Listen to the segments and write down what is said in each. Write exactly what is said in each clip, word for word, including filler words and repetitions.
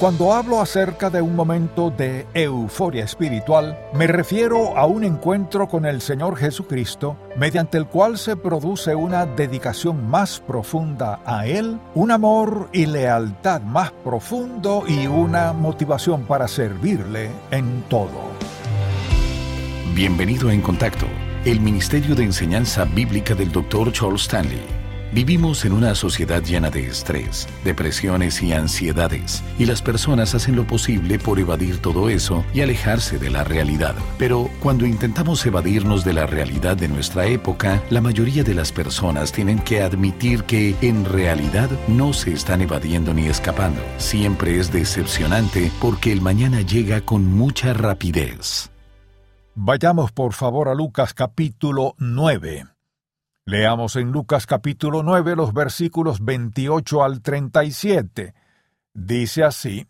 Cuando hablo acerca de un momento de euforia espiritual, me refiero a un encuentro con el Señor Jesucristo, mediante el cual se produce una dedicación más profunda a Él, un amor y lealtad más profundo y una motivación para servirle en todo. Bienvenido a En Contacto, el Ministerio de Enseñanza Bíblica del doctor Charles Stanley. Vivimos en una sociedad llena de estrés, depresiones y ansiedades, y las personas hacen lo posible por evadir todo eso y alejarse de la realidad. Pero cuando intentamos evadirnos de la realidad de nuestra época, la mayoría de las personas tienen que admitir que en realidad no se están evadiendo ni escapando. Siempre es decepcionante porque el mañana llega con mucha rapidez. Vayamos por favor a Lucas capítulo nueve. Leamos en Lucas capítulo nueve los versículos veintiocho al treinta y siete. Dice así: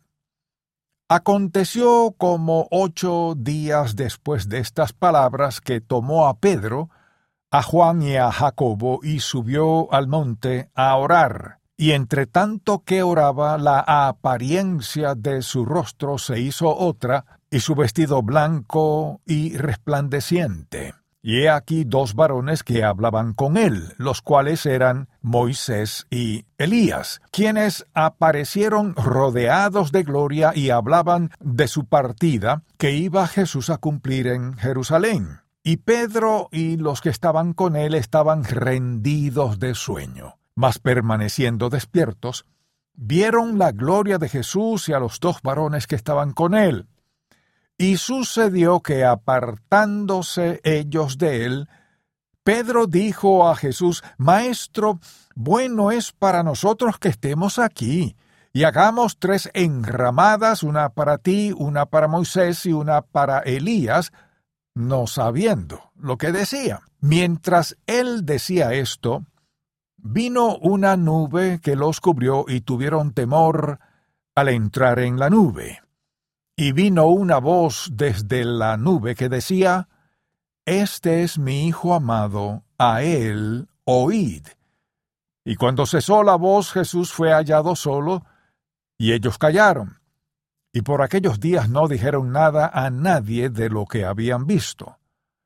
Aconteció como ocho días después de estas palabras que tomó a Pedro, a Juan y a Jacobo y subió al monte a orar. Y entre tanto que oraba, la apariencia de su rostro se hizo otra, y su vestido blanco y resplandeciente. Y he aquí dos varones que hablaban con él, los cuales eran Moisés y Elías, quienes aparecieron rodeados de gloria y hablaban de su partida, que iba Jesús a cumplir en Jerusalén. Y Pedro y los que estaban con él estaban rendidos de sueño, mas permaneciendo despiertos, vieron la gloria de Jesús y a los dos varones que estaban con él. Y sucedió que, apartándose ellos de él, Pedro dijo a Jesús: Maestro, bueno es para nosotros que estemos aquí, y hagamos tres enramadas, una para ti, una para Moisés y una para Elías, no sabiendo lo que decía. Mientras él decía esto, vino una nube que los cubrió y tuvieron temor al entrar en la nube. Y vino una voz desde la nube que decía: Este es mi Hijo amado, a él oíd. Y cuando cesó la voz, Jesús fue hallado solo, y ellos callaron. Y por aquellos días no dijeron nada a nadie de lo que habían visto.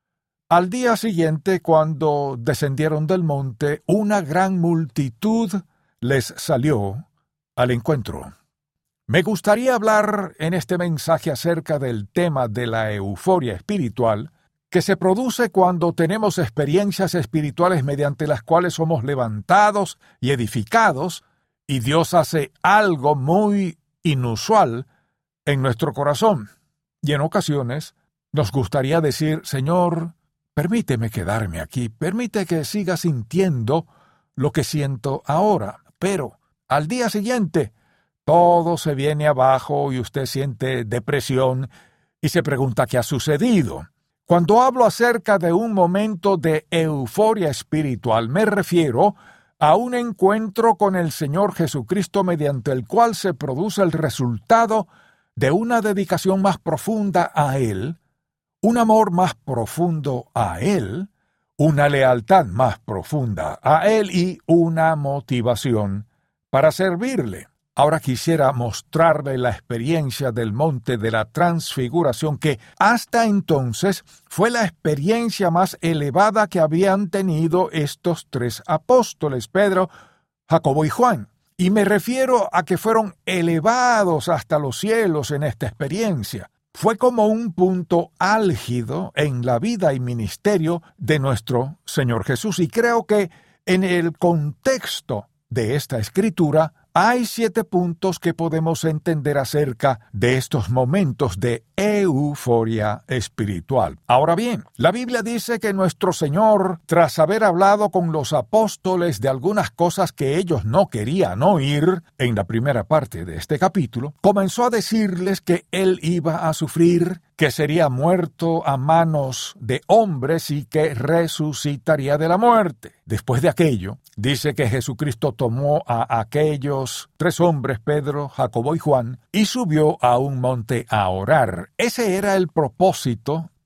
Al día siguiente, cuando descendieron del monte, una gran multitud les salió al encuentro. Me gustaría hablar en este mensaje acerca del tema de la euforia espiritual que se produce cuando tenemos experiencias espirituales mediante las cuales somos levantados y edificados, y Dios hace algo muy inusual en nuestro corazón. Y en ocasiones nos gustaría decir: Señor, permíteme quedarme aquí, permite que siga sintiendo lo que siento ahora. Pero al día siguiente, todo se viene abajo y usted siente depresión y se pregunta qué ha sucedido. Cuando hablo acerca de un momento de euforia espiritual, me refiero a un encuentro con el Señor Jesucristo mediante el cual se produce el resultado de una dedicación más profunda a Él, un amor más profundo a Él, una lealtad más profunda a Él y una motivación para servirle. Ahora quisiera mostrarle la experiencia del monte de la transfiguración, que hasta entonces fue la experiencia más elevada que habían tenido estos tres apóstoles, Pedro, Jacobo y Juan. Y me refiero a que fueron elevados hasta los cielos en esta experiencia. Fue como un punto álgido en la vida y ministerio de nuestro Señor Jesús. Y creo que en el contexto de esta escritura hay siete puntos que podemos entender acerca de estos momentos de euforia espiritual. Ahora bien, la Biblia dice que nuestro Señor, tras haber hablado con los apóstoles de algunas cosas que ellos no querían oír, en la primera parte de este capítulo, comenzó a decirles que Él iba a sufrir, que sería muerto a manos de hombres y que resucitaría de la muerte. Después de aquello, dice que Jesucristo tomó a aquellos tres hombres, Pedro, Jacobo y Juan, y subió a un monte a orar. Ese era el propósito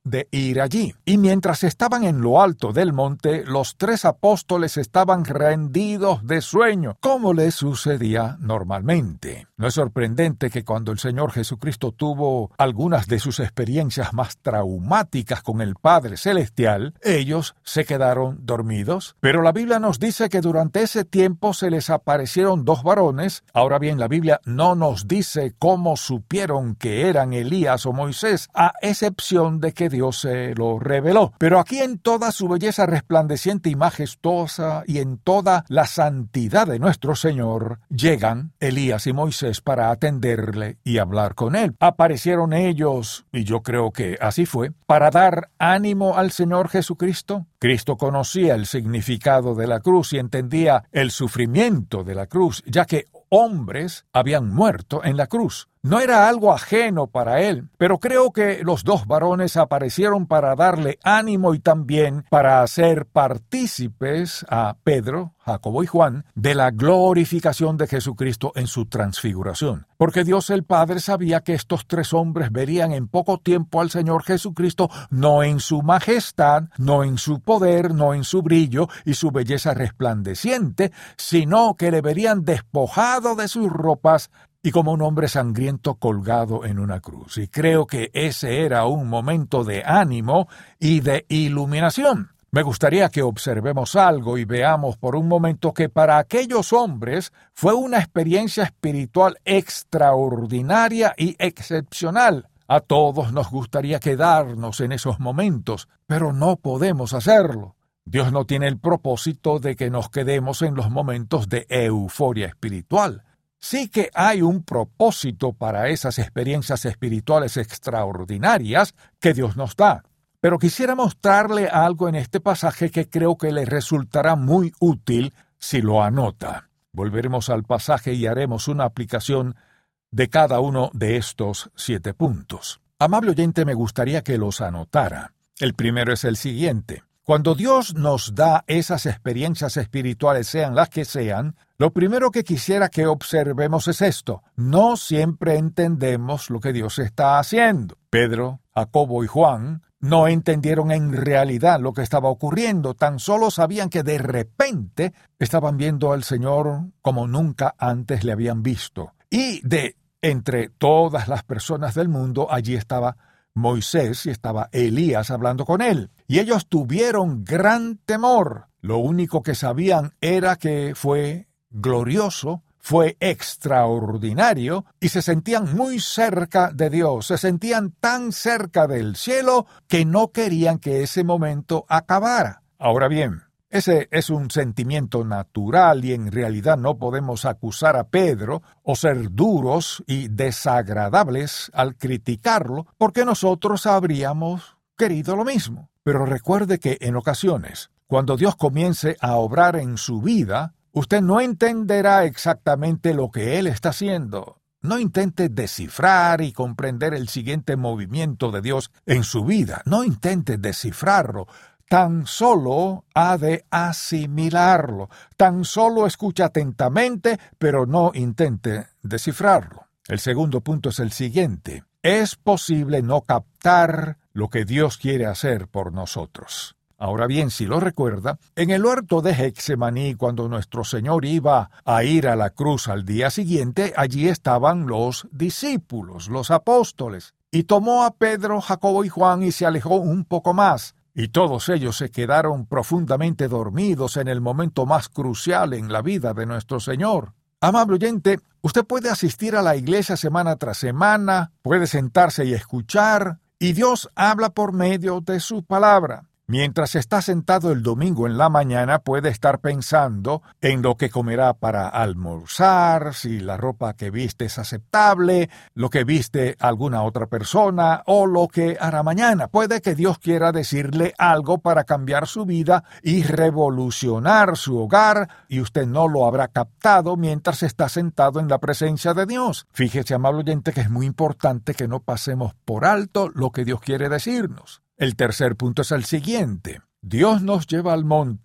de ir allí. Y mientras estaban en lo alto del monte, los tres apóstoles estaban rendidos de sueño, como les sucedía normalmente. No es sorprendente que cuando el Señor Jesucristo tuvo algunas de sus experiencias más traumáticas con el Padre Celestial, ellos se quedaron dormidos. Pero la Biblia nos dice que durante ese tiempo se les aparecieron dos varones. Ahora bien, la Biblia no nos dice cómo supieron que eran Elías o Moisés, a excepción de que Dios se lo reveló. Pero aquí en toda su belleza resplandeciente y majestuosa y en toda la santidad de nuestro Señor, llegan Elías y Moisés para atenderle y hablar con él. Aparecieron ellos, y yo creo que así fue, para dar ánimo al Señor Jesucristo. Cristo conocía el significado de la cruz y entendía el sufrimiento de la cruz, ya que hombres habían muerto en la cruz. No era algo ajeno para él, pero creo que los dos varones aparecieron para darle ánimo y también para hacer partícipes a Pedro, Jacobo y Juan de la glorificación de Jesucristo en su transfiguración. Porque Dios el Padre sabía que estos tres hombres verían en poco tiempo al Señor Jesucristo, no en su majestad, no en su poder, no en su brillo y su belleza resplandeciente, sino que le verían despojado de sus ropas y como un hombre sangriento colgado en una cruz. Y creo que ese era un momento de ánimo y de iluminación. Me gustaría que observemos algo y veamos por un momento que para aquellos hombres fue una experiencia espiritual extraordinaria y excepcional. A todos nos gustaría quedarnos en esos momentos, pero no podemos hacerlo. Dios no tiene el propósito de que nos quedemos en los momentos de euforia espiritual. Sí que hay un propósito para esas experiencias espirituales extraordinarias que Dios nos da. Pero quisiera mostrarle algo en este pasaje que creo que le resultará muy útil si lo anota. Volveremos al pasaje y haremos una aplicación de cada uno de estos siete puntos. Amable oyente, me gustaría que los anotara. El primero es el siguiente. Cuando Dios nos da esas experiencias espirituales, sean las que sean, lo primero que quisiera que observemos es esto. No siempre entendemos lo que Dios está haciendo. Pedro, Jacobo y Juan no entendieron en realidad lo que estaba ocurriendo, tan solo sabían que de repente estaban viendo al Señor como nunca antes le habían visto. Y de entre todas las personas del mundo, allí estaba Moisés y estaba Elías hablando con él. Y ellos tuvieron gran temor. Lo único que sabían era que fue glorioso, fue extraordinario y se sentían muy cerca de Dios. Se sentían tan cerca del cielo que no querían que ese momento acabara. Ahora bien, ese es un sentimiento natural y en realidad no podemos acusar a Pedro o ser duros y desagradables al criticarlo, porque nosotros habríamos querido lo mismo. Pero recuerde que en ocasiones, cuando Dios comience a obrar en su vida, usted no entenderá exactamente lo que Él está haciendo. No intente descifrar y comprender el siguiente movimiento de Dios en su vida. No intente descifrarlo. Tan solo ha de asimilarlo. Tan solo escucha atentamente, pero no intente descifrarlo. El segundo punto es el siguiente. Es posible no captar lo que Dios quiere hacer por nosotros. Ahora bien, si lo recuerda, en el huerto de Getsemaní, cuando nuestro Señor iba a ir a la cruz al día siguiente, allí estaban los discípulos, los apóstoles, y tomó a Pedro, Jacobo y Juan y se alejó un poco más. Y todos ellos se quedaron profundamente dormidos en el momento más crucial en la vida de nuestro Señor. Amable oyente, usted puede asistir a la iglesia semana tras semana, puede sentarse y escuchar, y Dios habla por medio de su palabra. Mientras está sentado el domingo en la mañana, puede estar pensando en lo que comerá para almorzar, si la ropa que viste es aceptable, lo que viste alguna otra persona o lo que hará mañana. Puede que Dios quiera decirle algo para cambiar su vida y revolucionar su hogar, y usted no lo habrá captado mientras está sentado en la presencia de Dios. Fíjese, amable oyente, que es muy importante que no pasemos por alto lo que Dios quiere decirnos. El tercer punto es el siguiente. Dios nos lleva al monte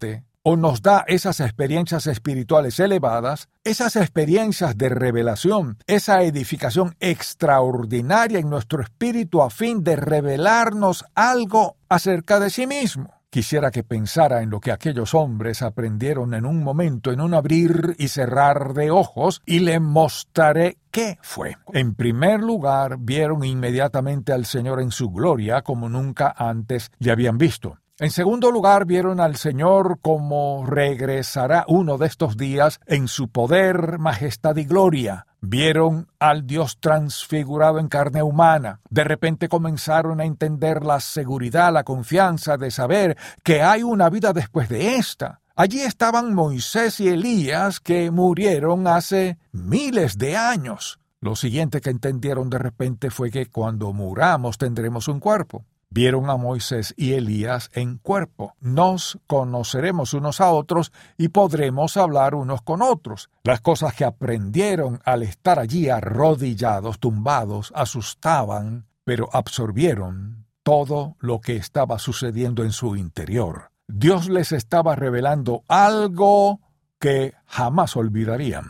o nos da esas experiencias espirituales elevadas, esas experiencias de revelación, esa edificación extraordinaria en nuestro espíritu a fin de revelarnos algo acerca de sí mismo. Quisiera que pensara en lo que aquellos hombres aprendieron en un momento, en un abrir y cerrar de ojos, y le mostraré qué fue. En primer lugar, vieron inmediatamente al Señor en su gloria como nunca antes le habían visto. En segundo lugar, vieron al Señor como regresará uno de estos días en su poder, majestad y gloria. Vieron al Dios transfigurado en carne humana. De repente comenzaron a entender la seguridad, la confianza de saber que hay una vida después de esta. Allí estaban Moisés y Elías, que murieron hace miles de años. Lo siguiente que entendieron de repente fue que cuando muramos tendremos un cuerpo. Vieron a Moisés y Elías en cuerpo. Nos conoceremos unos a otros y podremos hablar unos con otros. Las cosas que aprendieron al estar allí arrodillados, tumbados, asustaban, pero absorbieron todo lo que estaba sucediendo en su interior. Dios les estaba revelando algo que jamás olvidarían.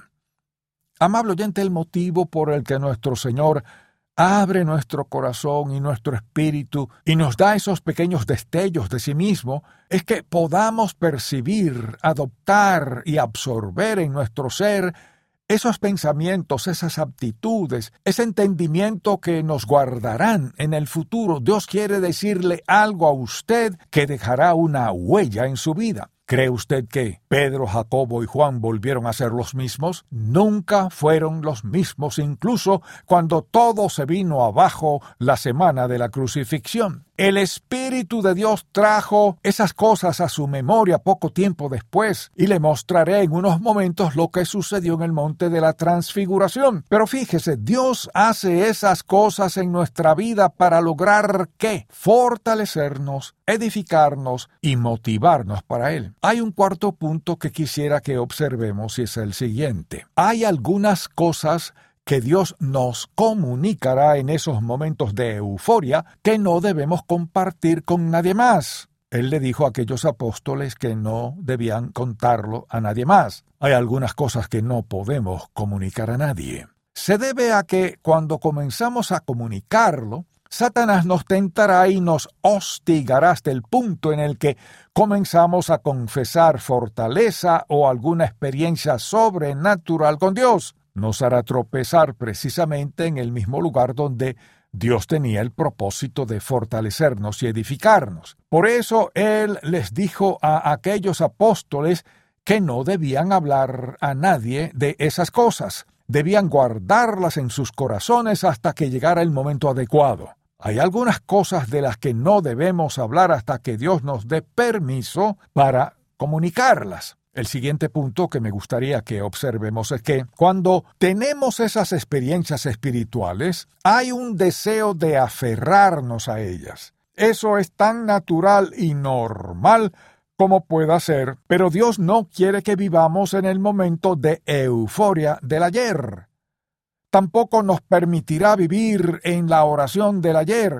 Amable oyente, el motivo por el que nuestro Señor abre nuestro corazón y nuestro espíritu y nos da esos pequeños destellos de sí mismo, es que podamos percibir, adoptar y absorber en nuestro ser esos pensamientos, esas aptitudes, ese entendimiento que nos guardarán en el futuro. Dios quiere decirle algo a usted que dejará una huella en su vida. ¿Cree usted que Pedro, Jacobo y Juan volvieron a ser los mismos? Nunca fueron los mismos, incluso cuando todo se vino abajo la semana de la crucifixión. El Espíritu de Dios trajo esas cosas a su memoria poco tiempo después, y le mostraré en unos momentos lo que sucedió en el monte de la transfiguración. Pero fíjese, Dios hace esas cosas en nuestra vida para lograr ¿qué? Fortalecernos, edificarnos y motivarnos para Él. Hay un cuarto punto que quisiera que observemos y es el siguiente. Hay algunas cosas que Dios nos comunicará en esos momentos de euforia que no debemos compartir con nadie más. Él le dijo a aquellos apóstoles que no debían contarlo a nadie más. Hay algunas cosas que no podemos comunicar a nadie. Se debe a que cuando comenzamos a comunicarlo, Satanás nos tentará y nos hostigará hasta el punto en el que comenzamos a confesar fortaleza o alguna experiencia sobrenatural con Dios. Nos hará tropezar precisamente en el mismo lugar donde Dios tenía el propósito de fortalecernos y edificarnos. Por eso Él les dijo a aquellos apóstoles que no debían hablar a nadie de esas cosas. Debían guardarlas en sus corazones hasta que llegara el momento adecuado. Hay algunas cosas de las que no debemos hablar hasta que Dios nos dé permiso para comunicarlas. El siguiente punto que me gustaría que observemos es que cuando tenemos esas experiencias espirituales, hay un deseo de aferrarnos a ellas. Eso es tan natural y normal como pueda ser, pero Dios no quiere que vivamos en el momento de euforia del ayer. Tampoco nos permitirá vivir en la oración del ayer.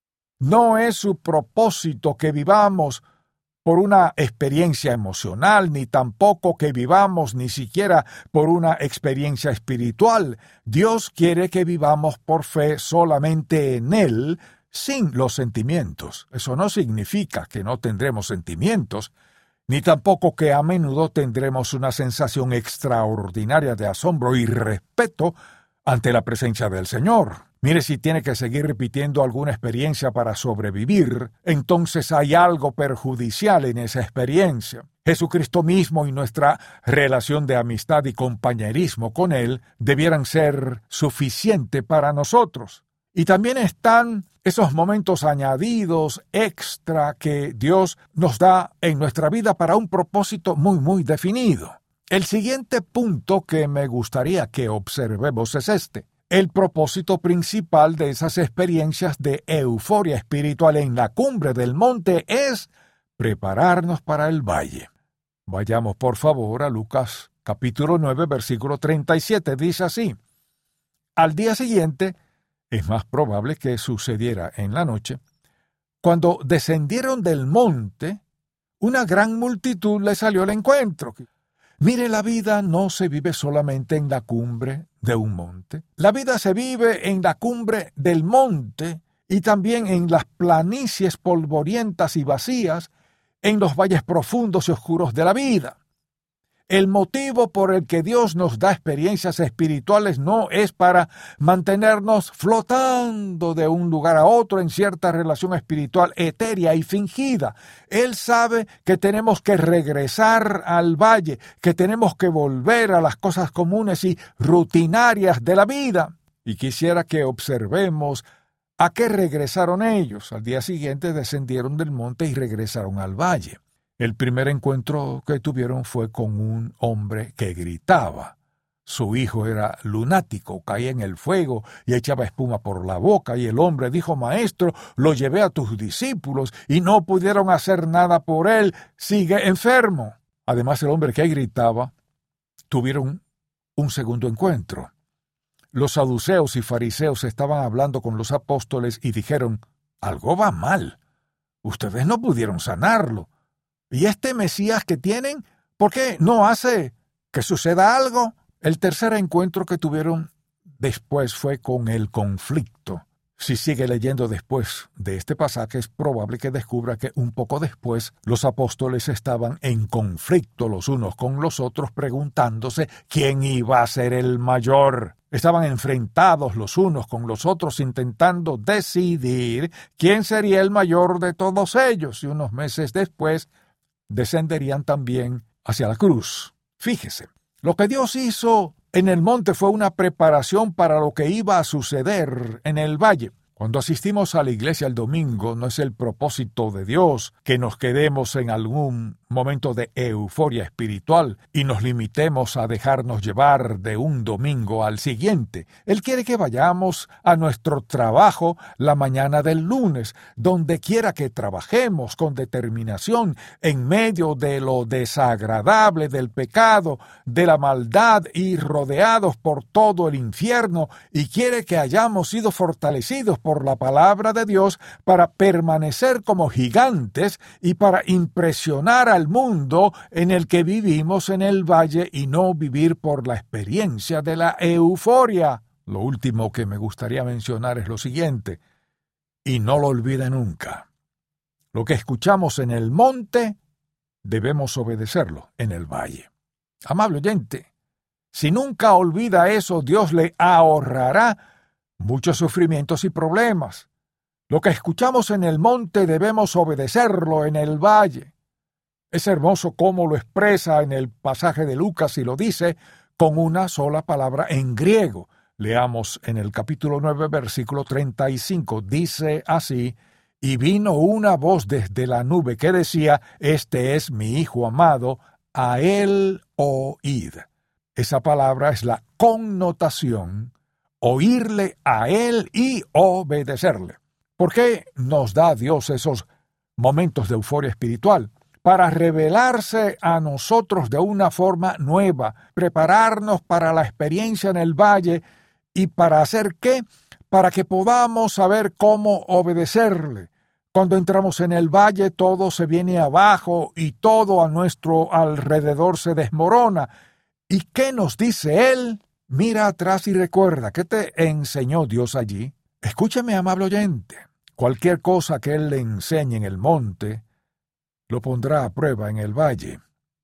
No es su propósito que vivamos por una experiencia emocional, ni tampoco que vivamos ni siquiera por una experiencia espiritual. Dios quiere que vivamos por fe solamente en Él, sin los sentimientos. Eso no significa que no tendremos sentimientos, ni tampoco que a menudo tendremos una sensación extraordinaria de asombro y respeto ante la presencia del Señor. Mire, si tiene que seguir repitiendo alguna experiencia para sobrevivir, entonces hay algo perjudicial en esa experiencia. Jesucristo mismo y nuestra relación de amistad y compañerismo con Él debieran ser suficiente para nosotros. Y también están esos momentos añadidos, extra, que Dios nos da en nuestra vida para un propósito muy, muy definido. El siguiente punto que me gustaría que observemos es este. El propósito principal de esas experiencias de euforia espiritual en la cumbre del monte es prepararnos para el valle. Vayamos por favor a Lucas capítulo nueve, versículo treinta y siete. Dice así: al día siguiente, es más probable que sucediera en la noche, cuando descendieron del monte, una gran multitud le salió al encuentro. Mire, la vida no se vive solamente en la cumbre de un monte. La vida se vive en la cumbre del monte y también en las planicies polvorientas y vacías, en los valles profundos y oscuros de la vida. El motivo por el que Dios nos da experiencias espirituales no es para mantenernos flotando de un lugar a otro en cierta relación espiritual etérea y fingida. Él sabe que tenemos que regresar al valle, que tenemos que volver a las cosas comunes y rutinarias de la vida. Y quisiera que observemos a qué regresaron ellos. Al día siguiente descendieron del monte y regresaron al valle. El primer encuentro que tuvieron fue con un hombre que gritaba. Su hijo era lunático, caía en el fuego y echaba espuma por la boca, y el hombre dijo: «Maestro, lo llevé a tus discípulos y no pudieron hacer nada por él, sigue enfermo». Además, el hombre que gritaba tuvieron un segundo encuentro. Los saduceos y fariseos estaban hablando con los apóstoles y dijeron: «Algo va mal. Ustedes no pudieron sanarlo. ¿Y este Mesías que tienen, por qué no hace que suceda algo?». El tercer encuentro que tuvieron después fue con el conflicto. Si sigue leyendo después de este pasaje, es probable que descubra que un poco después los apóstoles estaban en conflicto los unos con los otros, preguntándose quién iba a ser el mayor. Estaban enfrentados los unos con los otros, intentando decidir quién sería el mayor de todos ellos, y unos meses después descenderían también hacia la cruz. Fíjese, lo que Dios hizo en el monte fue una preparación para lo que iba a suceder en el valle. Cuando asistimos a la iglesia el domingo, no es el propósito de Dios que nos quedemos en algún momento de euforia espiritual y nos limitemos a dejarnos llevar de un domingo al siguiente. Él quiere que vayamos a nuestro trabajo la mañana del lunes, donde quiera que trabajemos con determinación, en medio de lo desagradable del pecado, de la maldad y rodeados por todo el infierno, y quiere que hayamos sido fortalecidos por la palabra de Dios para permanecer como gigantes y para impresionar al mundo en el que vivimos en el valle y no vivir por la experiencia de la euforia. Lo último que me gustaría mencionar es lo siguiente, y no lo olvide nunca. Lo que escuchamos en el monte, debemos obedecerlo en el valle. Amable oyente, si nunca olvida eso, Dios le ahorrará muchos sufrimientos y problemas. Lo que escuchamos en el monte debemos obedecerlo en el valle. Es hermoso cómo lo expresa en el pasaje de Lucas y lo dice con una sola palabra en griego. Leamos en el capítulo nueve, versículo treinta y cinco. Dice así: «Y vino una voz desde la nube que decía: Este es mi Hijo amado, a él oíd». Esa palabra es la connotación oírle a Él y obedecerle. ¿Por qué nos da Dios esos momentos de euforia espiritual? Para revelarse a nosotros de una forma nueva, prepararnos para la experiencia en el valle y para hacer qué, para que podamos saber cómo obedecerle. Cuando entramos en el valle, todo se viene abajo y todo a nuestro alrededor se desmorona. ¿Y qué nos dice Él? Mira atrás y recuerda, ¿qué te enseñó Dios allí? Escúchame, amable oyente. Cualquier cosa que Él le enseñe en el monte, lo pondrá a prueba en el valle.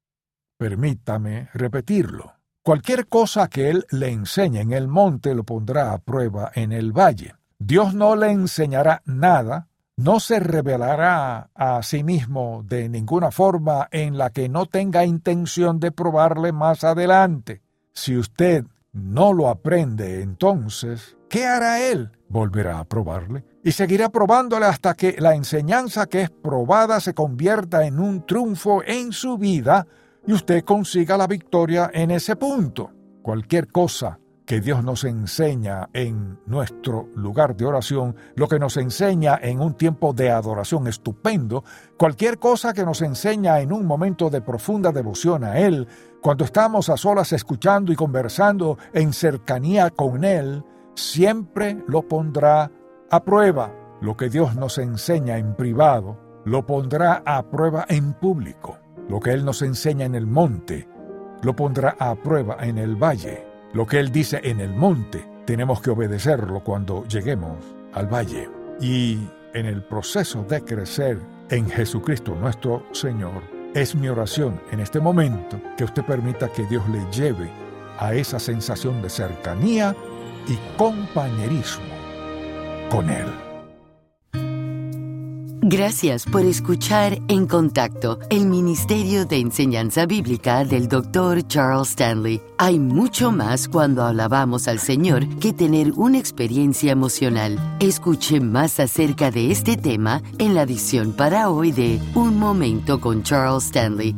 Permítame repetirlo. Cualquier cosa que Él le enseñe en el monte, lo pondrá a prueba en el valle. Dios no le enseñará nada, no se revelará a sí mismo de ninguna forma en la que no tenga intención de probarle más adelante. Si usted no lo aprende, entonces, ¿qué hará Él? Volverá a probarle y seguirá probándole hasta que la enseñanza que es probada se convierta en un triunfo en su vida y usted consiga la victoria en ese punto. Cualquier cosa que Dios nos enseña en nuestro lugar de oración, lo que nos enseña en un tiempo de adoración estupendo, cualquier cosa que nos enseña en un momento de profunda devoción a Él, cuando estamos a solas escuchando y conversando en cercanía con Él, siempre lo pondrá a prueba. Lo que Dios nos enseña en privado, lo pondrá a prueba en público. Lo que Él nos enseña en el monte, lo pondrá a prueba en el valle. Lo que Él dice en el monte, tenemos que obedecerlo cuando lleguemos al valle. Y en el proceso de crecer en Jesucristo nuestro Señor, es mi oración en este momento que usted permita que Dios le lleve a esa sensación de cercanía y compañerismo con Él. Gracias por escuchar En Contacto, el Ministerio de Enseñanza Bíblica del doctor Charles Stanley. Hay mucho más cuando alabamos al Señor que tener una experiencia emocional. Escuche más acerca de este tema en la edición para hoy de Un Momento con Charles Stanley.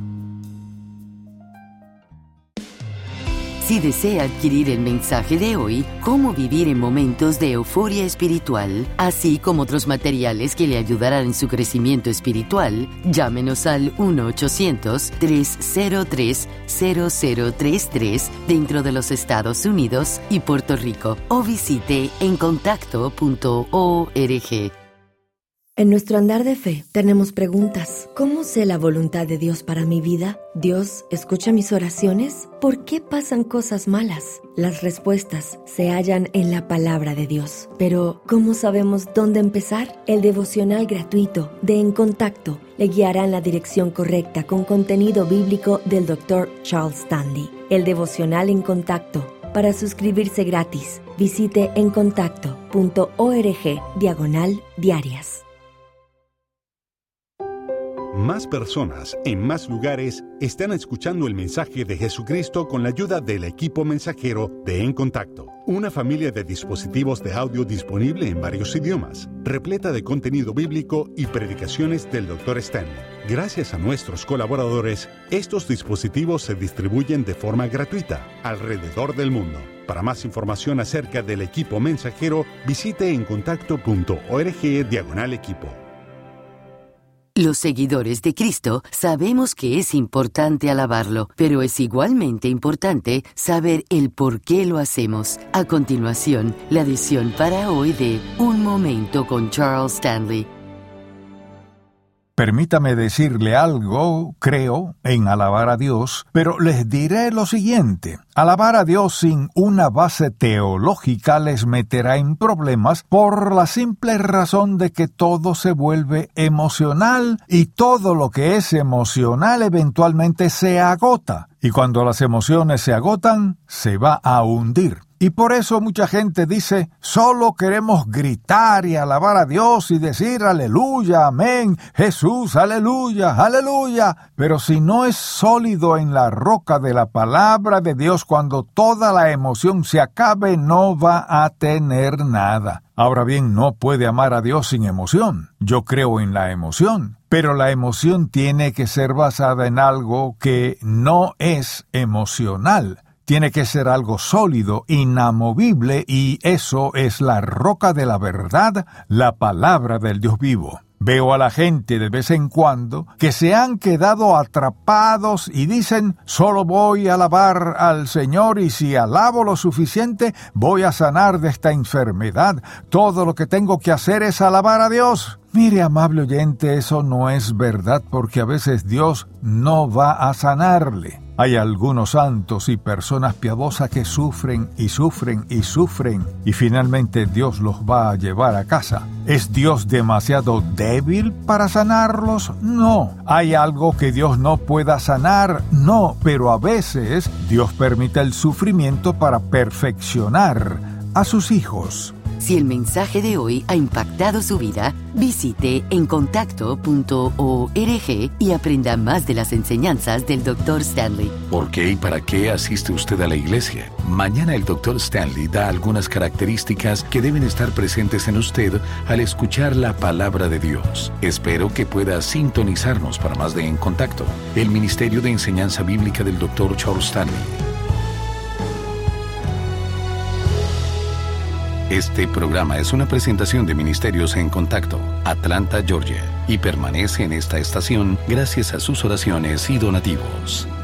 Si desea adquirir el mensaje de hoy, Cómo vivir en momentos de euforia espiritual, así como otros materiales que le ayudarán en su crecimiento espiritual, llámenos al uno ochocientos, tres cero tres, cero cero tres tres dentro de los Estados Unidos y Puerto Rico o visite en contacto punto org. En nuestro andar de fe tenemos preguntas. ¿Cómo sé la voluntad de Dios para mi vida? ¿Dios escucha mis oraciones? ¿Por qué pasan cosas malas? Las respuestas se hallan en la palabra de Dios. Pero, ¿cómo sabemos dónde empezar? El devocional gratuito de En Contacto le guiará en la dirección correcta con contenido bíblico del doctor Charles Stanley. El devocional En Contacto. Para suscribirse gratis, visite en contacto punto org diagonal diarias. Más personas en más lugares están escuchando el mensaje de Jesucristo con la ayuda del equipo mensajero de En Contacto, una familia de dispositivos de audio disponible en varios idiomas, repleta de contenido bíblico y predicaciones del doctor Stanley. Gracias a nuestros colaboradores, estos dispositivos se distribuyen de forma gratuita alrededor del mundo. Para más información acerca del equipo mensajero, visite en contacto punto org diagonal equipo. Los seguidores de Cristo sabemos que es importante alabarlo, pero es igualmente importante saber el por qué lo hacemos. A continuación, la edición para hoy de Un Momento con Charles Stanley. Permítame decirle algo, creo, en alabar a Dios, pero les diré lo siguiente. Alabar a Dios sin una base teológica les meterá en problemas por la simple razón de que todo se vuelve emocional y todo lo que es emocional eventualmente se agota. Y cuando las emociones se agotan, se va a hundir. Y por eso mucha gente dice, solo queremos gritar y alabar a Dios y decir aleluya, amén, Jesús, aleluya, aleluya. Pero si no es sólido en la roca de la palabra de Dios, cuando toda la emoción se acabe, no va a tener nada. Ahora bien, no puede amar a Dios sin emoción. Yo creo en la emoción, pero la emoción tiene que ser basada en algo que no es emocional. Tiene que ser algo sólido, inamovible, y eso es la roca de la verdad, la palabra del Dios vivo. Veo a la gente de vez en cuando que se han quedado atrapados y dicen, solo voy a alabar al Señor y si alabo lo suficiente voy a sanar de esta enfermedad. Todo lo que tengo que hacer es alabar a Dios. Mire, amable oyente, eso no es verdad porque a veces Dios no va a sanarle. Hay algunos santos y personas piadosas que sufren y sufren y sufren y finalmente Dios los va a llevar a casa. ¿Es Dios demasiado débil para sanarlos? No. ¿Hay algo que Dios no pueda sanar? No, pero a veces Dios permite el sufrimiento para perfeccionar a sus hijos. Si el mensaje de hoy ha impactado su vida, visite en contacto punto org y aprenda más de las enseñanzas del doctor Stanley. ¿Por qué y para qué asiste usted a la iglesia? Mañana el doctor Stanley da algunas características que deben estar presentes en usted al escuchar la palabra de Dios. Espero que pueda sintonizarnos para más de En Contacto, el Ministerio de Enseñanza Bíblica del doctor Charles Stanley. Este programa es una presentación de Ministerios En Contacto, Atlanta, Georgia, y permanece en esta estación gracias a sus oraciones y donativos.